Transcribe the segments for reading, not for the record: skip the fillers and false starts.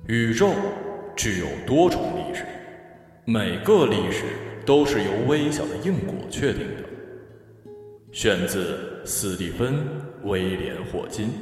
宇宙具有多重历史，每个历史都是由微小的因果确定的。选自斯蒂芬·威廉·霍金。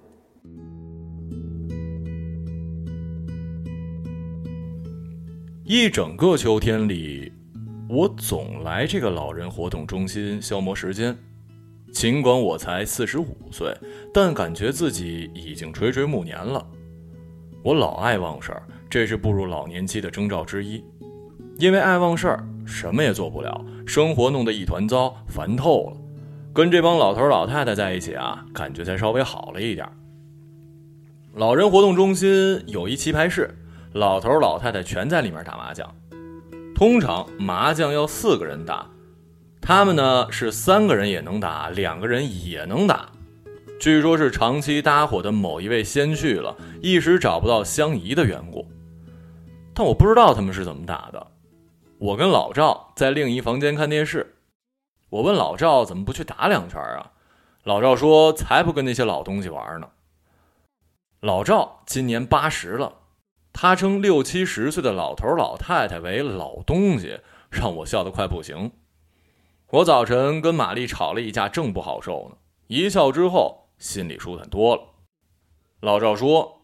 一整个秋天里，我总来这个老人活动中心消磨时间。尽管我才45岁，但感觉自己已经垂垂暮年了。我老爱忘事儿，这是步入老年期的征兆之一。因为爱忘事儿，什么也做不了，生活弄得一团糟，烦透了。跟这帮老头老太太在一起啊，感觉才稍微好了一点。老人活动中心有一棋牌室，老头老太太全在里面打麻将。通常麻将要4个人打，他们呢是3个人也能打，2个人也能打。据说是长期搭伙的某一位先去了，一时找不到相宜的缘故。但我不知道他们是怎么打的。我跟老赵在另一房间看电视，我问老赵怎么不去打2圈啊？老赵说才不跟那些老东西玩呢。老赵今年80了，他称60、70岁的老头老太太为老东西，让我笑得快不行。我早晨跟玛丽吵了一架，正不好受呢，一笑之后心里舒坦多了。老赵说，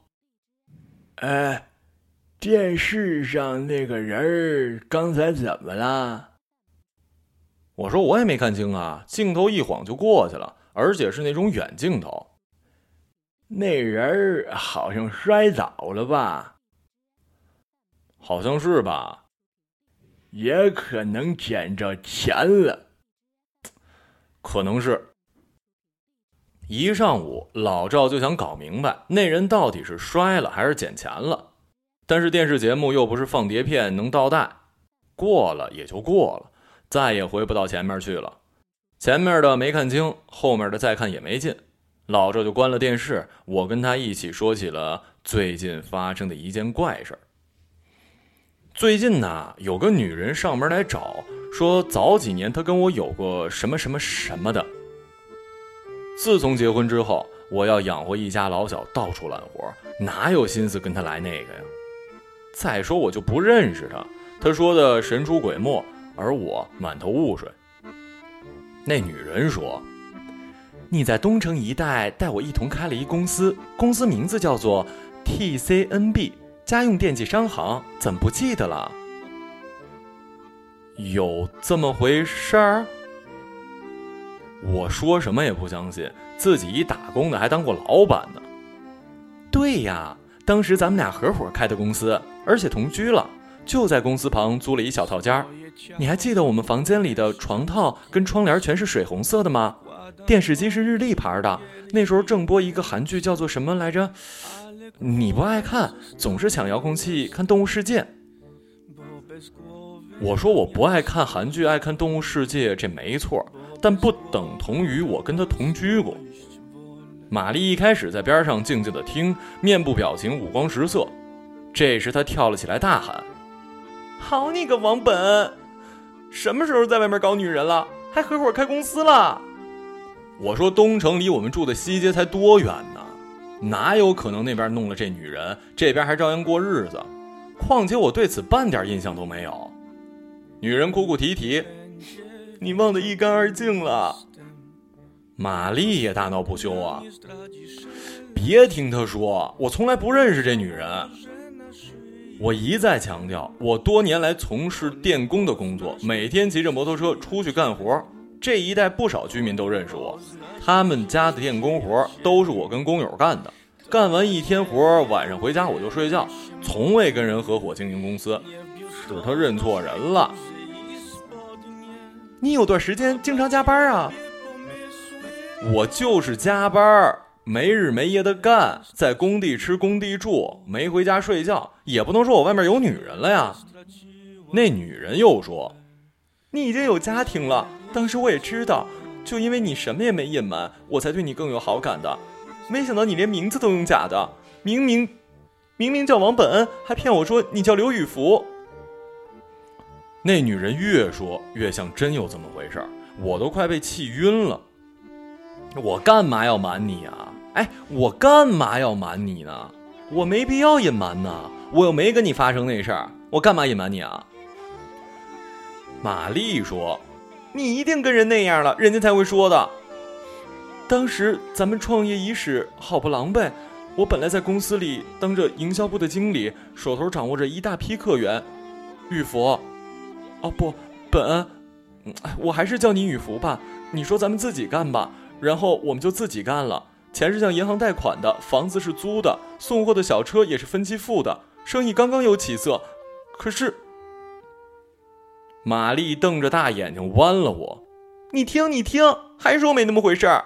电视上那个人刚才怎么了？我说我也没看清啊，镜头一晃就过去了，而且是那种远镜头。那人好像摔倒了吧？好像是吧，也可能捡着钱了。可能是。一上午老赵就想搞明白那人到底是摔了还是捡钱了，但是电视节目又不是放碟片能倒带，过了也就过了，再也回不到前面去了。前面的没看清，后面的再看也没劲，老赵就关了电视，我跟他一起说起了最近发生的一件怪事。最近呢，有个女人上门来找，说早几年她跟我有过什么什么什么的。自从结婚之后，我要养活一家老小，到处揽活，哪有心思跟她来那个呀？再说我就不认识她，她说的神出鬼没，而我满头雾水。那女人说，你在东城一带带我一同开了一公司，公司名字叫做 TCNB 家用电器商行，怎么不记得了？有这么回事儿？我说什么也不相信，自己一打工的还当过老板呢。对呀，当时咱们俩合伙开的公司，而且同居了，就在公司旁租了一小套间。你还记得我们房间里的床套跟窗帘全是水红色的吗？电视机是日立牌的，那时候正播一个韩剧叫做什么来着？你不爱看，总是抢遥控器看动物世界。我说我不爱看韩剧，爱看动物世界，这没错，但不等同于我跟他同居过。玛丽一开始在边上静静地听，面部表情五光十色。这时她跳了起来，大喊，好你个王本，什么时候在外面搞女人了，还合伙开公司了？我说东城离我们住的西街才多远呢，哪有可能那边弄了这女人，这边还照样过日子，况且我对此半点印象都没有。女人哭哭啼啼，你忘得一干二净了。玛丽也大闹不休啊，别听她说，我从来不认识这女人。我一再强调，我多年来从事电工的工作，每天骑着摩托车出去干活，这一带不少居民都认识我，他们家的电工活都是我跟工友干的，干完一天活，晚上回家我就睡觉，从未跟人合伙经营公司。是他认错人了。你有段时间经常加班啊？我就是加班，没日没夜的干，在工地吃工地住，没回家睡觉，也不能说我外面有女人了呀。那女人又说，你已经有家庭了，当时我也知道，就因为你什么也没隐瞒，我才对你更有好感的，没想到你连名字都用假的，明明叫王本恩，还骗我说你叫刘宇福。那女人越说越像真有这么回事，我都快被气晕了。我干嘛要瞒你啊？我干嘛要瞒你呢？ 我没必要隐瞒呢，我又没跟你发生那事儿，我干嘛隐瞒你啊？玛丽说，你一定跟人那样了，人家才会说的。当时咱们创业伊始，好不狼狈。我本来在公司里当着营销部的经理，手头掌握着一大批客源。玉福，哦不，我还是叫你雨福吧。你说咱们自己干吧，然后我们就自己干了。钱是向银行贷款的，房子是租的，送货的小车也是分期付的，生意刚刚有起色。可是，玛丽瞪着大眼睛剜了我，你听，还说没那么回事儿。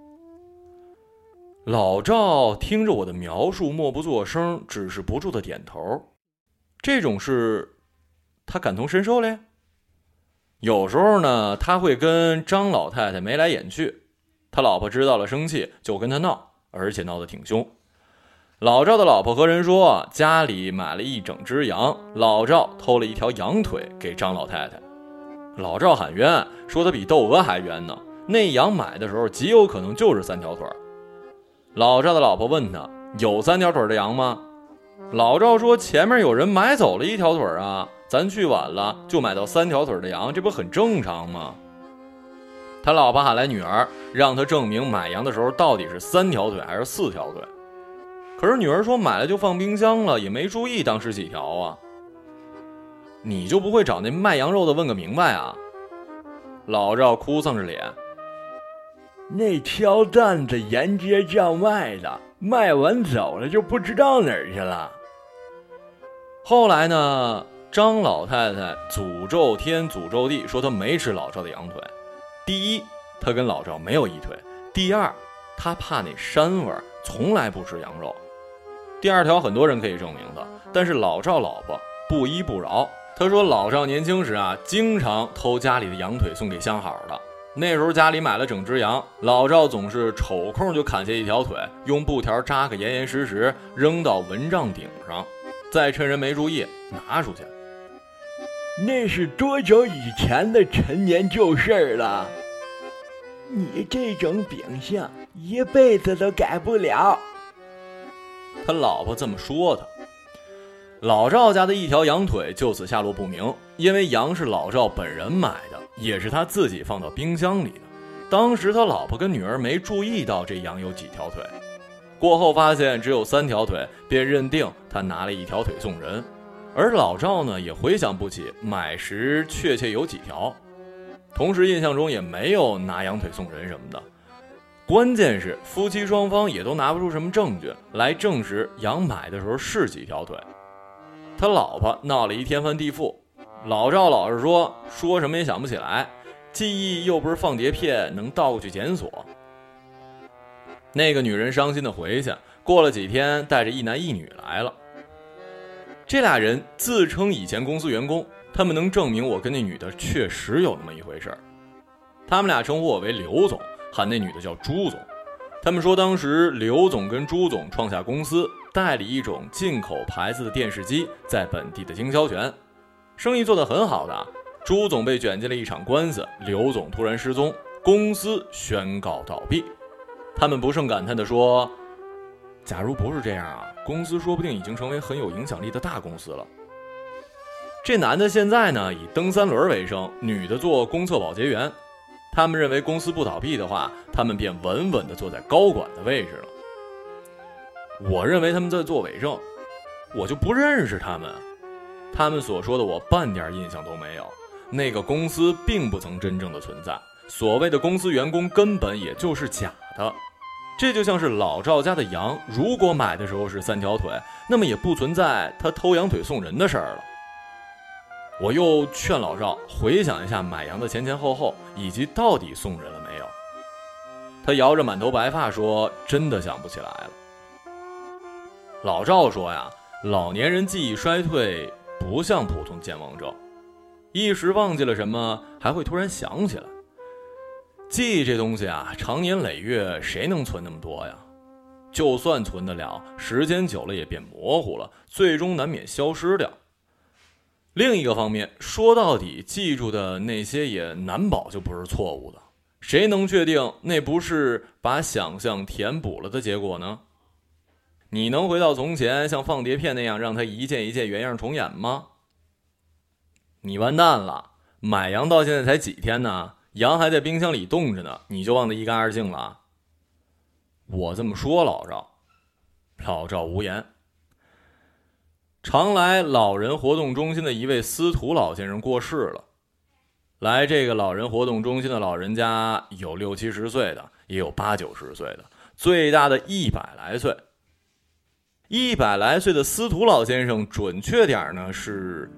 老赵听着我的描述，默不作声，只是不住的点头。这种事，他感同身受嘞。有时候呢，他会跟张老太太眉来眼去，他老婆知道了生气，就跟他闹，而且闹得挺凶。老赵的老婆和人说，家里买了一整只羊，老赵偷了一条羊腿给张老太太。老赵喊冤，说他比窦娥还冤呢，那羊买的时候极有可能就是3条腿。老赵的老婆问他，有3条腿的羊吗？老赵说，前面有人买走了1条腿啊，咱去晚了就买到3条腿的羊，这不很正常吗？他老婆喊来女儿，让他证明买羊的时候到底是3条腿还是4条腿。可是女儿说，买了就放冰箱了，也没注意当时几条啊。你就不会找那卖羊肉的问个明白啊？老赵哭丧着脸，那挑担子沿街叫卖的，卖完走了就不知道哪儿去了。后来呢，张老太太诅咒天诅咒地，说她没吃老赵的羊腿。第一，她跟老赵没有一腿；第二，她怕那膻味，从来不吃羊肉。第二条很多人可以证明的，但是老赵老婆不依不饶。他说老赵年轻时啊，经常偷家里的羊腿送给相好的。那时候家里买了整只羊，老赵总是瞅空就砍下1条腿，用布条扎个严严实实，扔到蚊帐顶上，再趁人没注意拿出去。那是多久以前的陈年旧事了，你这种秉性一辈子都改不了。他老婆这么说他。老赵家的1条羊腿就此下落不明，因为羊是老赵本人买的，也是他自己放到冰箱里的。当时他老婆跟女儿没注意到这羊有几条腿，过后发现只有3条腿，便认定他拿了1条腿送人。而老赵呢，也回想不起买时确切有几条，同时印象中也没有拿羊腿送人什么的。关键是夫妻双方也都拿不出什么证据来证实羊买的时候是几条腿。他老婆闹了一天翻地覆，老赵老实说什么也想不起来，记忆又不是放碟片能倒过去检索。那个女人伤心的回去，过了几天带着1男1女来了。这俩人自称以前公司员工，他们能证明我跟那女的确实有那么一回事。他们俩称呼我为刘总，喊那女的叫朱总。他们说当时刘总跟朱总创下公司，代理一种进口牌子的电视机在本地的经销权，生意做得很好的。朱总被卷进了一场官司，刘总突然失踪，公司宣告倒闭。他们不胜感叹地说，假如不是这样啊，公司说不定已经成为很有影响力的大公司了。这男的现在呢，以蹬3轮为生，女的做公厕保洁员。他们认为公司不倒闭的话，他们便稳稳地坐在高管的位置了。我认为他们在做伪证，我就不认识他们。他们所说的我半点印象都没有，那个公司并不曾真正的存在，所谓的公司员工根本也就是假的。这就像是老赵家的羊，如果买的时候是3条腿，那么也不存在他偷羊腿送人的事儿了。我又劝老赵回想一下买羊的前前后后，以及到底送人了没有。他摇着满头白发说，真的想不起来了。老赵说呀，老年人记忆衰退不像普通健忘症，一时忘记了什么还会突然想起来。记忆这东西啊，长年累月谁能存那么多呀？就算存得了，时间久了也变模糊了，最终难免消失掉。另一个方面，说到底记住的那些也难保就不是错误的，谁能确定那不是把想象填补了的结果呢？ 你能回到从前，像放碟片那样让它一件一件原样重演吗？你完蛋了，买羊到现在才几天呢，羊还在冰箱里冻着呢，你就忘得一干二净了。我这么说老赵无言。常来老人活动中心的一位司徒老先生过世了。来这个老人活动中心的老人家有60、70岁的，也有80、90岁的，最大的100来岁。100来岁的司徒老先生，准确点呢是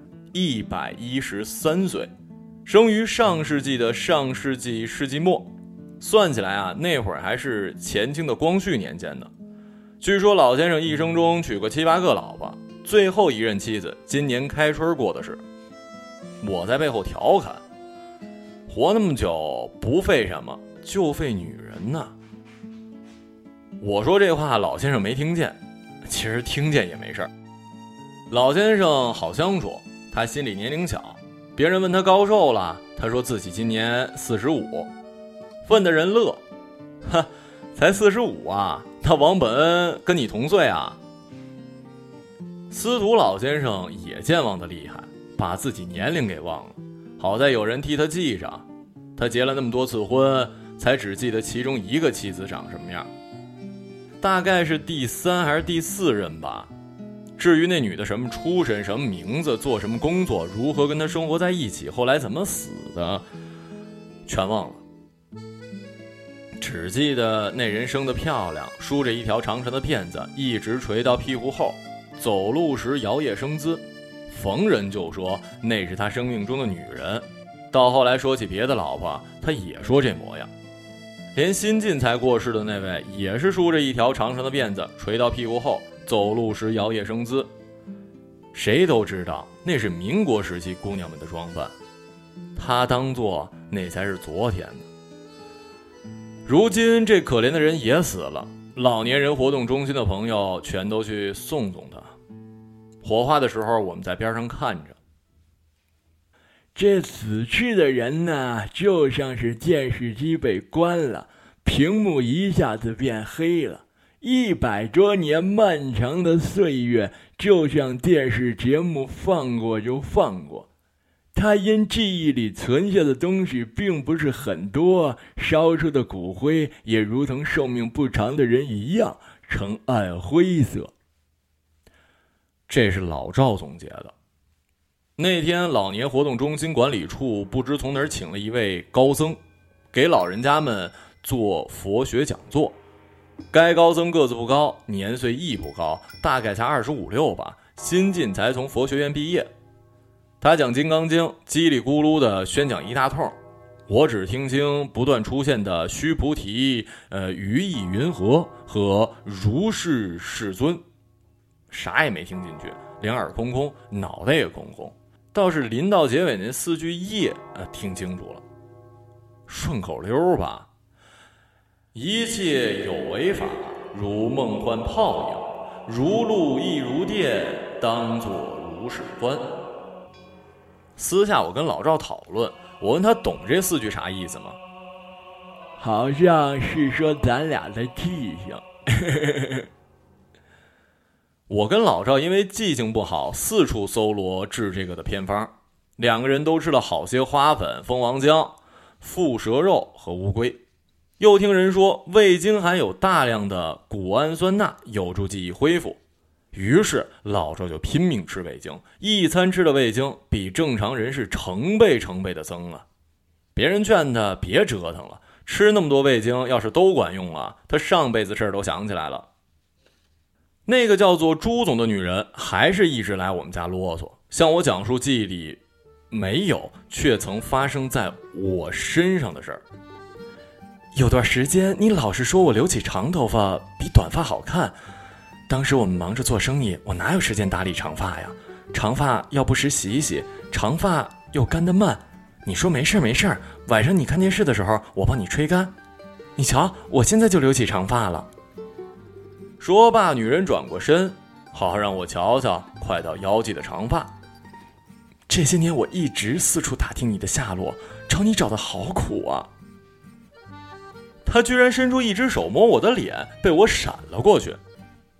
113岁，生于上世纪的上世纪世纪末，算起来啊，那会儿还是前清的光绪年间呢。据说老先生一生中娶过7、8个老婆，最后一任妻子今年开春过的事。我在背后调侃，活那么久不费什么，就费女人呢。我说这话老先生没听见，其实听见也没事儿。老先生好相处，他心里年龄小，别人问他高寿了，他说自己今年45，问的人乐，哈，才45啊，那王本恩跟你同岁啊。司徒老先生也健忘的厉害，把自己年龄给忘了，好在有人替他记上。他结了那么多次婚，才只记得其中一个妻子长什么样，大概是第3还是第4任吧。至于那女的什么出身、什么名字、做什么工作、如何跟他生活在一起、后来怎么死的，全忘了。只记得那人生得漂亮，梳着一条长长的辫子，一直垂到屁股后，走路时摇曳生姿，逢人就说那是他生命中的女人。到后来说起别的老婆，他也说这模样。连新近才过世的那位也是梳着一条长长的辫子，垂到屁股后，走路时摇曳生姿。谁都知道那是民国时期姑娘们的装扮，他当作那才是昨天呢。如今这可怜的人也死了，老年人活动中心的朋友全都去送他。火化的时候我们在边上看着。 这死去的人呢，就像是电视机被关了，屏幕一下子变黑了。100多年漫长的岁月，就像电视节目放过就放过。他因记忆里存下的东西并不是很多，烧出的骨灰也如同寿命不长的人一样，呈暗灰色。 这是老赵总结的。那天老年活动中心管理处不知从哪儿请了一位高僧，给老人家们做佛学讲座。该高僧个子不高，年岁亦不高，大概才25、26吧，新近才从佛学院毕业。他讲《金刚经》，叽里咕噜的宣讲一大通，我只听清不断出现的须菩提、于意云何和如是世尊，啥也没听进去，两耳空空，脑袋也空空。倒是临到结尾那4句业听清楚了，顺口溜吧。一切有为法，如梦幻泡影，如露亦如电，当作如是观。私下我跟老赵讨论，我问他懂这4句啥意思吗？ 好像是说咱俩的记性。 我跟老赵因为记性不好，四处搜罗治这个的偏方，两个人都吃了好些花粉、蜂王浆、蝮蛇肉和乌龟。又听人说味精含有大量的谷氨酸钠，有助记忆恢复。于是老赵就拼命吃味精，一餐吃的味精比正常人是成倍的增啊。别人劝他别折腾了，吃那么多味精要是都管用了，他上辈子事儿都想起来了。那个叫做朱总的女人还是一直来我们家啰嗦，向我讲述记忆里没有却曾发生在我身上的事儿。有段时间你老是说我留起长头发比短发好看，当时我们忙着做生意，我哪有时间打理长发呀？长发要不时洗一洗，长发又干得慢。你说没事，晚上你看电视的时候我帮你吹干。你瞧，我现在就留起长发了。说罢，女人转过身，好让我瞧瞧快到腰际的长发。这些年我一直四处打听你的下落，找你找得好苦啊。她居然伸出一只手摸我的脸，被我闪了过去。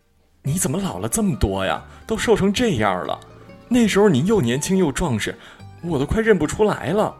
你怎么老了这么多呀？都瘦成这样了，那时候你又年轻又壮实，我都快认不出来了。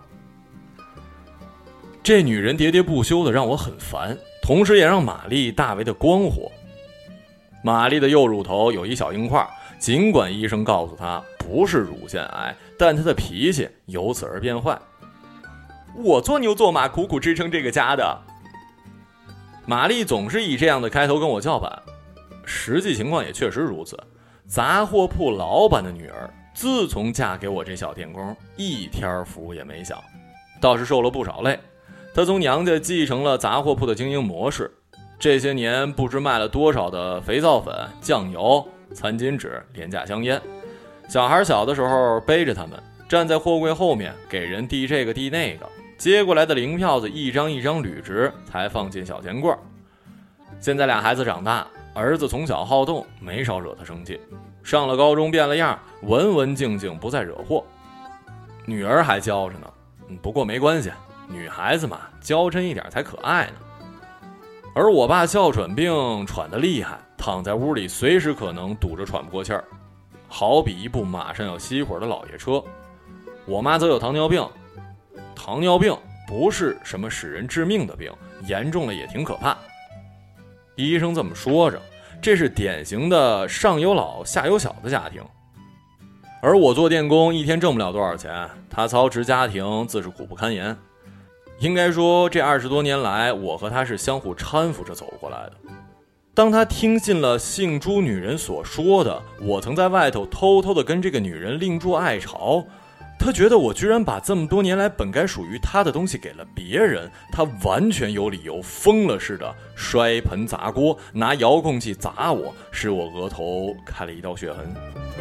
这女人喋喋不休的让我很烦，同时也让玛丽大为的光火。玛丽的右乳头有一小硬块，尽管医生告诉她不是乳腺癌，但她的脾气由此而变坏。我做牛做马苦苦支撑这个家的。玛丽总是以这样的开头跟我叫板，实际情况也确实如此。杂货铺老板的女儿自从嫁给我这小电工，一天福也没享，倒是受了不少累。她从娘家继承了杂货铺的经营模式，这些年不知卖了多少的肥皂粉、酱油、餐巾纸、廉价香烟。小孩小的时候背着他们站在货柜后面，给人递这个递那个，接过来的零票子一张一张捋直才放进小钱柜。现在俩孩子长大，儿子从小好动，没少惹他生气，上了高中变了样，文文静静不再惹祸。女儿还娇着呢，不过没关系，女孩子嘛，娇嗔一点才可爱呢。而我爸哮喘病喘得厉害，躺在屋里随时可能堵着喘不过气儿，好比一部马上要熄火的老爷车。我妈则有糖尿病，糖尿病不是什么使人致命的病，严重了也挺可怕。医生这么说着，这是典型的上有老下有小的家庭。而我做电工一天挣不了多少钱，他操持家庭自是苦不堪言。应该说这20多年来，我和他是相互搀扶着走过来的。当他听信了姓朱女人所说的我曾在外头偷偷的跟这个女人另筑爱巢，他觉得我居然把这么多年来本该属于他的东西给了别人，他完全有理由疯了似的摔盆砸锅，拿遥控器砸我，使我额头开了一道血痕。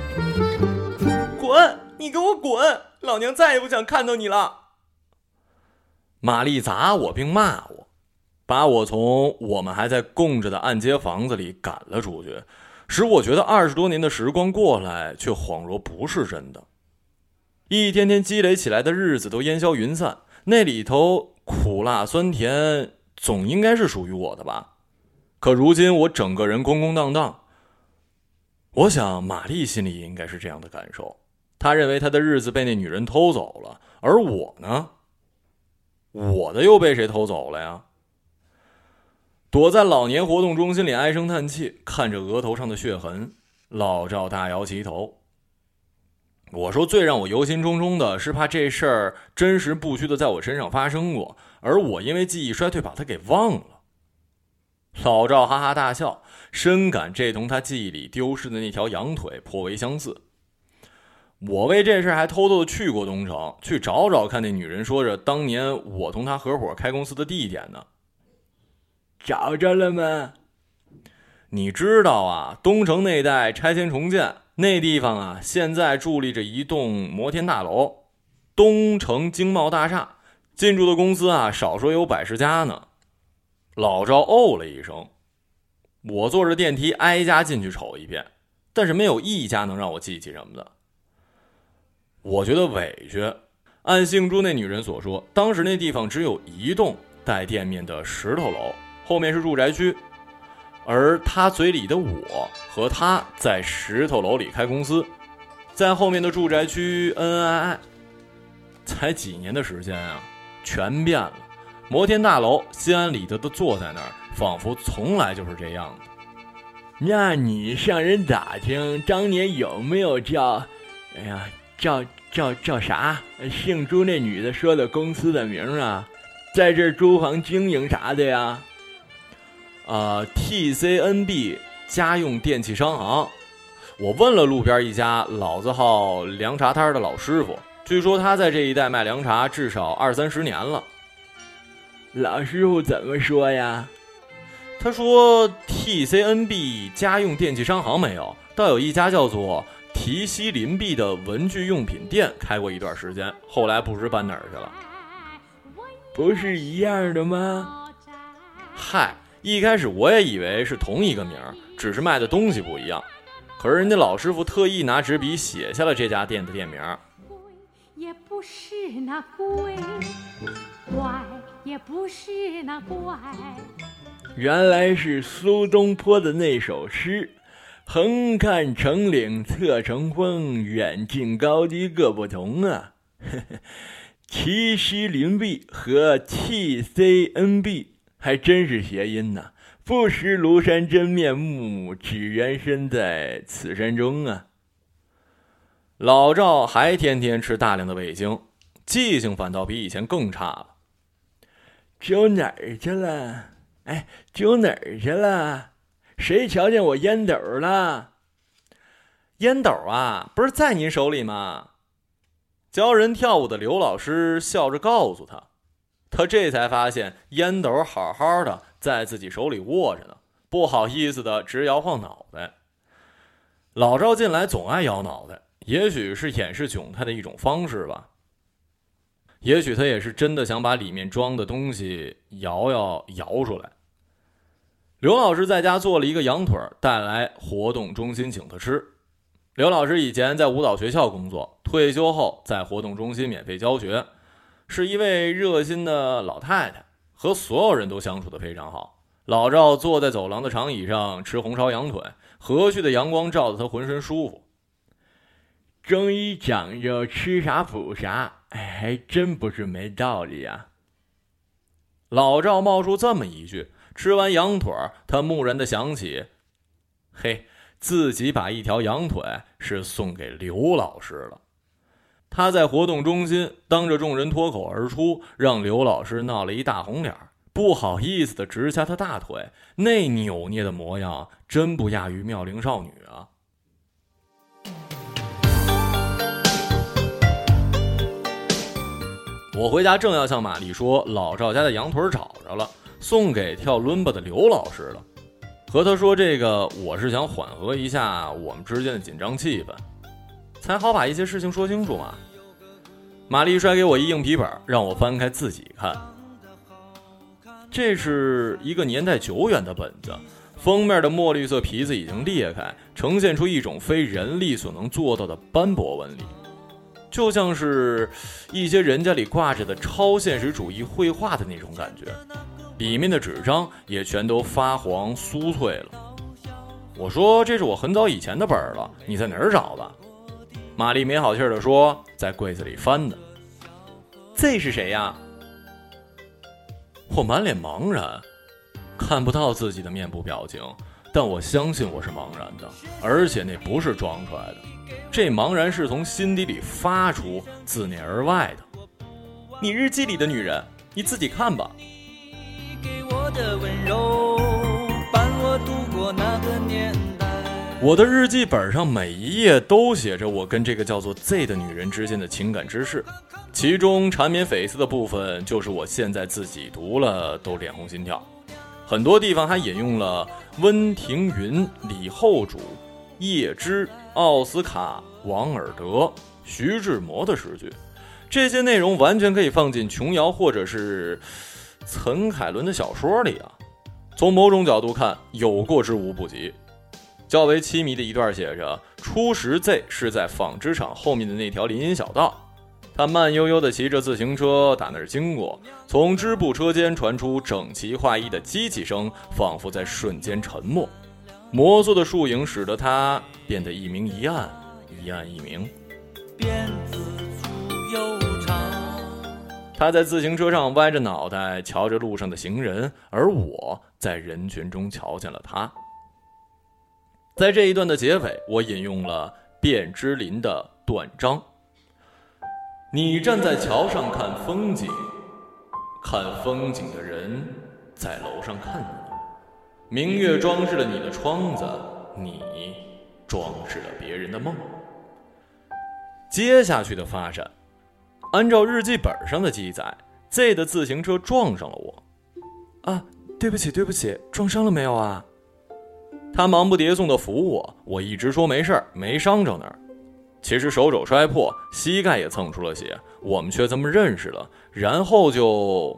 滚！你给我滚！老娘再也不想看到你了！玛丽砸我并骂我，把我从我们还在供着的按揭房子里赶了出去，使我觉得20多年的时光过来，却恍若不是真的。一天天积累起来的日子都烟消云散，那里头苦辣酸甜总应该是属于我的吧。可如今我整个人空空荡荡。我想玛丽心里应该是这样的感受，她认为她的日子被那女人偷走了，而我呢，我的又被谁偷走了呀？躲在老年活动中心里唉声叹气，看着额头上的血痕，老赵大摇其头。我说最让我忧心忡忡的是怕这事儿真实不虚的在我身上发生过，而我因为记忆衰退把它给忘了。老赵哈哈大笑，深感这同他记忆里丢失的那条羊腿颇为相似。我为这事还偷偷的去过东城，去找找看那女人说着当年我同她合伙开公司的地点呢。 找着了吗？ 你知道啊，东城那带拆迁重建，那地方啊，现在伫立着一栋摩天大楼，东城经贸大厦，进驻的公司啊，少说有100-10家呢。老赵哦了一声，我坐着电梯挨家进去瞅一遍，但是没有一家能让我记起什么的。我觉得委屈，按姓朱那女人所说，当时那地方只有一栋带店面的石头楼，后面是住宅区，而他嘴里的我和他在石头楼里开公司，在后面的住宅区恩恩爱爱。才几年的时间啊，全变了。摩天大楼心安理得地坐在那儿，仿佛从来就是这样的。 那你向人打听当年有没有叫啥姓朱那女的说的公司的名啊，在这租房经营啥的呀 ？TCNB 家用电器商行。我问了路边一家老字号凉茶摊的老师傅，据说他在这一带卖凉茶至少20-30年了。 老师傅怎么说呀？ 他说 TCNB 家用电器商行没有，倒有一家叫做提西林壁的文具用品店开过一段时间，后来不知搬哪儿去了。 不是一样的吗？ 嗨，一开始我也以为是同一个名，只是卖的东西不一样。可是人家老师傅特意拿纸笔写下了这家店的店名。 也不是那贵，怪也不是那怪。 原来是苏东坡的那首诗， 横看成岭侧成峰，远近高低各不同啊。齐膝邻壁和 TCNB 还真是谐音呢。不识庐山真面目，只缘身在此山中啊。 老赵还天天吃大量的味精，记性反倒比以前更差了。 揪哪儿去了？哎，揪哪儿去了？谁瞧见我烟斗了？ 烟斗啊，不是在您手里吗？教人跳舞的刘老师笑着告诉他，他这才发现烟斗好好的在自己手里握着呢，不好意思的直摇晃脑袋。老赵进来总爱摇脑袋，也许是掩饰窘态的一种方式吧，也许他也是真的想把里面装的东西摇出来。刘老师在家做了一个羊腿，带来活动中心请他吃。刘老师以前在舞蹈学校工作，退休后在活动中心免费教学，是一位热心的老太太，和所有人都相处得非常好。老赵坐在走廊的长椅上吃红烧羊腿，和煦的阳光照得他浑身舒服。 中医讲究吃啥补啥，还真不是没道理啊。 老赵冒出这么一句，吃完羊腿，他蓦然地想起，嘿，自己把一条羊腿是送给刘老师了。他在活动中心当着众人脱口而出，让刘老师闹了一大红脸，不好意思地直掐他大腿，那扭捏的模样真不亚于妙龄少女啊。我回家正要向玛丽说老赵家的羊腿找着了，送给跳伦巴的刘老师了，和他说这个我是想缓和一下我们之间的紧张气氛，才好把一些事情说清楚嘛。玛丽摔给我一硬皮本，让我翻开自己看。这是一个年代久远的本子，封面的墨绿色皮子已经裂开，呈现出一种非人力所能做到的斑驳纹理，就像是一些人家里挂着的超现实主义绘画的那种感觉，里面的纸张也全都发黄酥脆了。我说这是我很早以前的本了，你在哪儿找的？玛丽没好气地说在柜子里翻的。这是谁呀？我满脸茫然，看不到自己的面部表情，但我相信我是茫然的，而且那不是装出来的，这茫然是从心底里发出，自内而外的。你日记里的女人，你自己看吧。给我的温柔，伴我度过那个年代。我的日记本上每一页都写着我跟这个叫做 Z 的女人之间的情感之事，其中缠绵悱恻的部分就是我现在自己读了都脸红心跳，很多地方还引用了温庭筠、李后主、叶芝、奥斯卡、王尔德、徐志摩的诗句，这些内容完全可以放进琼瑶或者是岑凯伦的小说里啊。从某种角度看，有过之无不及。较为凄迷的一段写着，初识 Z 是在纺织厂后面的那条林荫小道，他慢悠悠地骑着自行车打那儿经过，从织布车间传出整齐划一的机器声，仿佛在瞬间沉默。摩挲的树影使得他变得一明一暗，一暗一明。他在自行车上歪着脑袋瞧着路上的行人，而我在人群中瞧见了他。在这一段的结尾，我引用了卞之琳的断章。你站在桥上看风景，看风景的人在楼上看你，明月装饰了你的窗子，你装饰了别人的梦。接下去的发展，按照日记本上的记载， Z 的自行车撞上了我。啊，对不起，撞伤了没有啊？他忙不迭送地扶我，我一直说没事，没伤着那儿。其实手肘摔破，膝盖也蹭出了血，我们却这么认识了，然后就……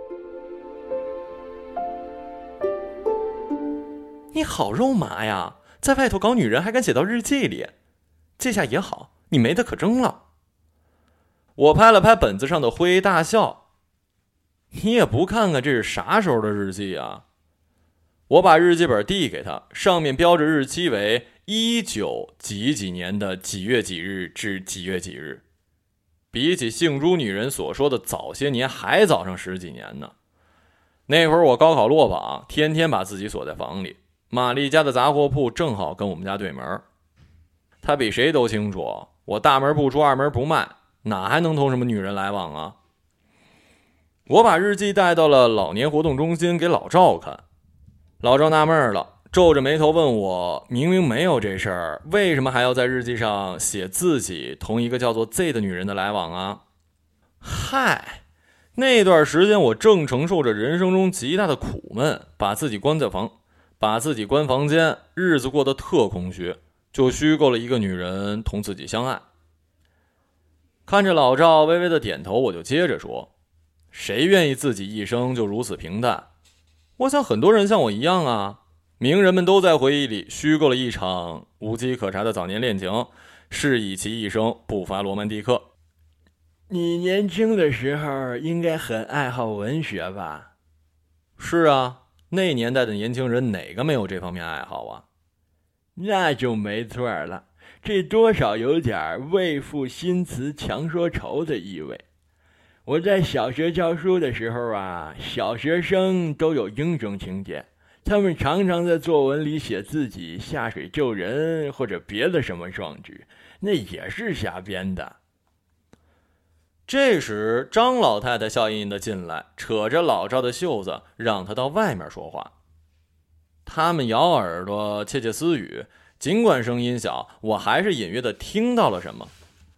你好肉麻呀，在外头搞女人还敢写到日记里，这下也好，你没得可争了。我拍了拍本子上的灰，大笑。你也不看看这是啥时候的日记啊？ 我把日记本递给他，上面标着日期为19几年的几月几日至几月几日，比起姓朱女人所说的早些年还早上10几年呢。那会儿我高考落榜，天天把自己锁在房里，玛丽家的杂货铺正好跟我们家对门，他比谁都清楚，我大门不出二门不迈，哪还能同什么女人来往啊？我把日记带到了老年活动中心给老赵看，老赵纳闷了，皱着眉头问我，明明没有这事儿，为什么还要在日记上写自己同一个叫做 Z 的女人的来往啊？嗨，那段时间我正承受着人生中极大的苦闷，把自己关房间，日子过得特空虚，就虚构了一个女人同自己相爱。看着老赵微微的点头，我就接着说，谁愿意自己一生就如此平淡？我想很多人像我一样啊，名人们都在回忆里虚构了一场无稽可查的早年恋情，是以其一生不乏罗曼蒂克。 你年轻的时候应该很爱好文学吧？ 是啊，那年代的年轻人哪个没有这方面爱好啊？ 那就没错了，这多少有点为赋新词强说愁的意味。我在小学教书的时候啊，小学生都有英雄情节，他们常常在作文里写自己下水救人或者别的什么壮举，那也是瞎编的。 这时张老太太笑吟吟地进来，扯着老赵的袖子让他到外面说话。他们摇耳朵窃窃私语，尽管声音小，我还是隐约地听到了什么。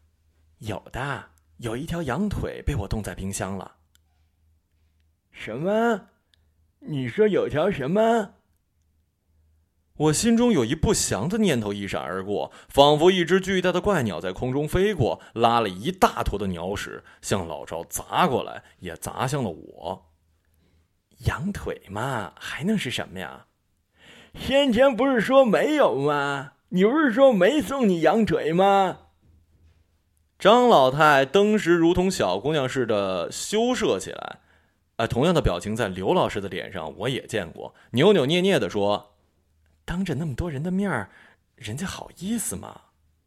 有一条羊腿被我冻在冰箱了。 什么？你说有条什么？ 我心中有一不祥的念头一闪而过，仿佛一只巨大的怪鸟在空中飞过，拉了一大坨的鸟屎向老赵砸过来，也砸向了我。羊腿嘛，还能是什么呀？ 先前不是说没有吗？你不是说没送你羊腿吗？ 张老太当时如同小姑娘似的羞涩起来，同样的表情在刘老师的脸上我也见过，扭扭捏捏地说，当着那么多人的面，人家好意思吗？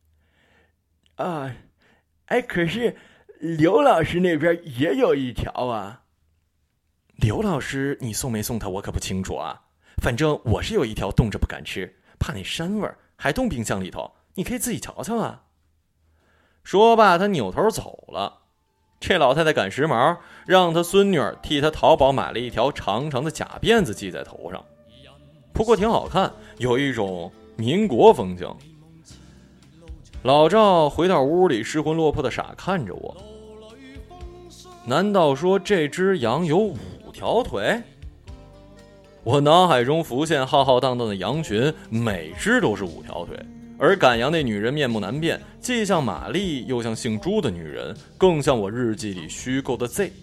可是刘老师那边也有一条啊。 刘老师你送没送他我可不清楚啊，反正我是有一条冻着不敢吃，怕那膻味还冻冰箱里头，你可以自己瞧瞧啊。说罢他扭头走了。这老太太赶时髦，让她孙女儿替她淘宝买了一条长长的假辫子系在头上，不过挺好看，有一种民国风情。老赵回到屋里失魂落魄的傻看着我，难道说这只羊有5条腿？我脑海中浮现浩浩荡荡的羊群，每只都是5条腿，而赶羊那女人面目难辨，既像玛丽又像姓朱的女人，更像我日记里虚构的 Z。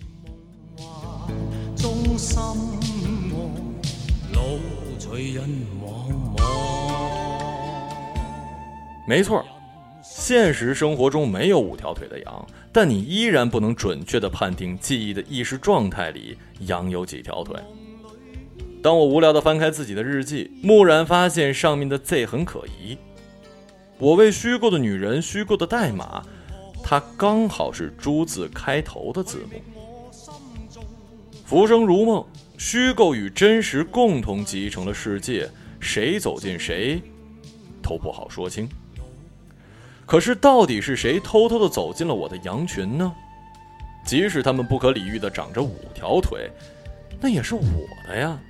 没错，现实生活中没有5条腿的羊，但你依然不能准确地判定记忆的意识状态里羊有几条腿。当我无聊地翻开自己的日记，蓦然发现上面的 Z 很可疑。我为虚构的女人虚构的代码，它刚好是朱字开头的字母。浮生如梦，虚构与真实共同集成了世界，谁走进谁都不好说清。可是到底是谁偷偷地走进了我的羊群呢？即使他们不可理喻地长着5条腿，那也是我的呀。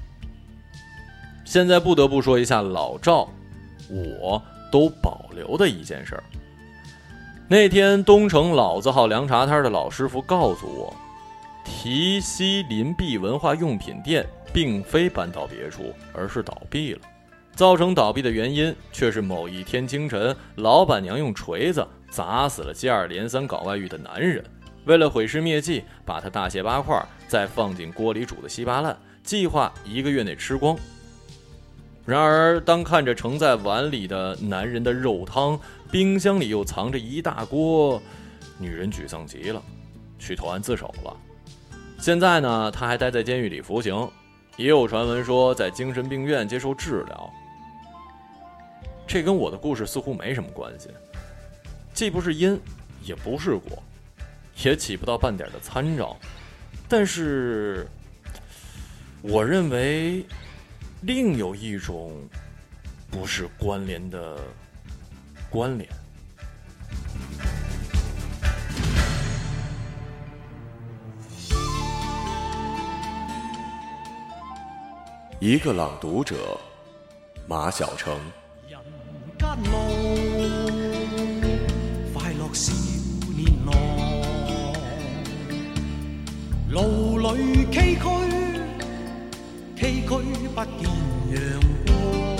现在不得不说一下老赵我都保留的一件事。那天东城老字号凉茶摊的老师傅告诉我，提西林壁文化用品店并非搬到别处，而是倒闭了。造成倒闭的原因却是某一天清晨，老板娘用锤子砸死了接二连三搞外遇的男人，为了毁尸灭迹，把他大卸8块，再放进锅里煮的稀巴烂，计划1个月内吃光。然而当看着盛在碗里的男人的肉汤，冰箱里又藏着一大锅，女人沮丧极了，去投案自首了。现在呢，她还待在监狱里服刑。 也有传闻说在精神病院接受治疗。这跟我的故事似乎没什么关系，既不是因，也不是果，也起不到半点的参照。但是我认为另有一种不是关联的关联。 一个朗读者，马晓成。 人間路，快樂少年郎，路裏崎嶇，崎嶇不見陽光，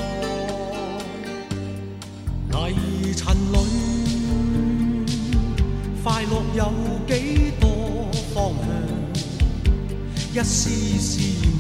泥塵裏，快樂有幾多方向，一絲絲